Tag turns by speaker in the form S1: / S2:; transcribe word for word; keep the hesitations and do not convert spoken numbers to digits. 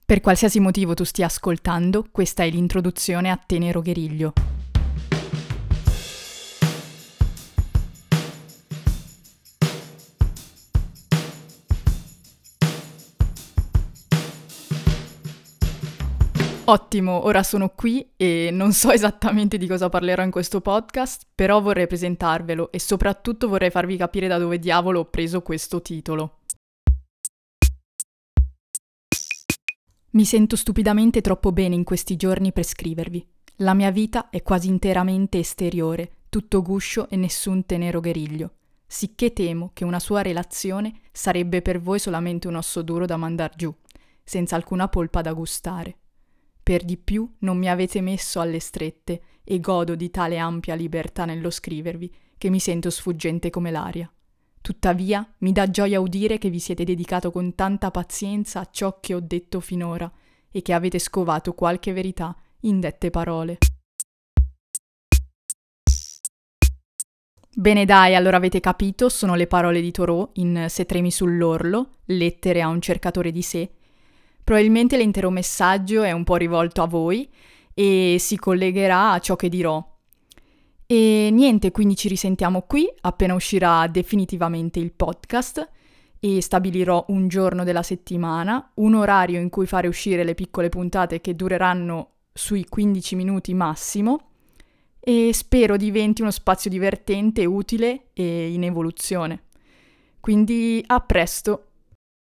S1: Per qualsiasi motivo tu stia ascoltando, questa è l'introduzione a Tenero Gueriglio. Ottimo, ora sono qui e non so esattamente di cosa parlerò in questo podcast, però vorrei presentarvelo e soprattutto vorrei farvi capire da dove diavolo ho preso questo titolo. Mi sento stupidamente troppo bene in questi giorni per scrivervi. La mia vita è quasi interamente esteriore, tutto guscio e nessun tenero gueriglio. Sicché temo che una sua relazione sarebbe per voi solamente un osso duro da mandar giù, senza alcuna polpa da gustare. Per di più non mi avete messo alle strette e godo di tale ampia libertà nello scrivervi che mi sento sfuggente come l'aria. Tuttavia, mi dà gioia udire che vi siete dedicato con tanta pazienza a ciò che ho detto finora e che avete scovato qualche verità in dette parole. Bene dai, allora avete capito, sono le parole di Thoreau in Se tremi sull'orlo, lettere a un cercatore di sé. Probabilmente l'intero messaggio è un po' rivolto a voi e si collegherà a ciò che dirò. E niente, quindi ci risentiamo qui appena uscirà definitivamente il podcast e stabilirò un giorno della settimana, un orario in cui fare uscire le piccole puntate che dureranno sui quindici minuti massimo e spero diventi uno spazio divertente, utile e in evoluzione. Quindi a presto!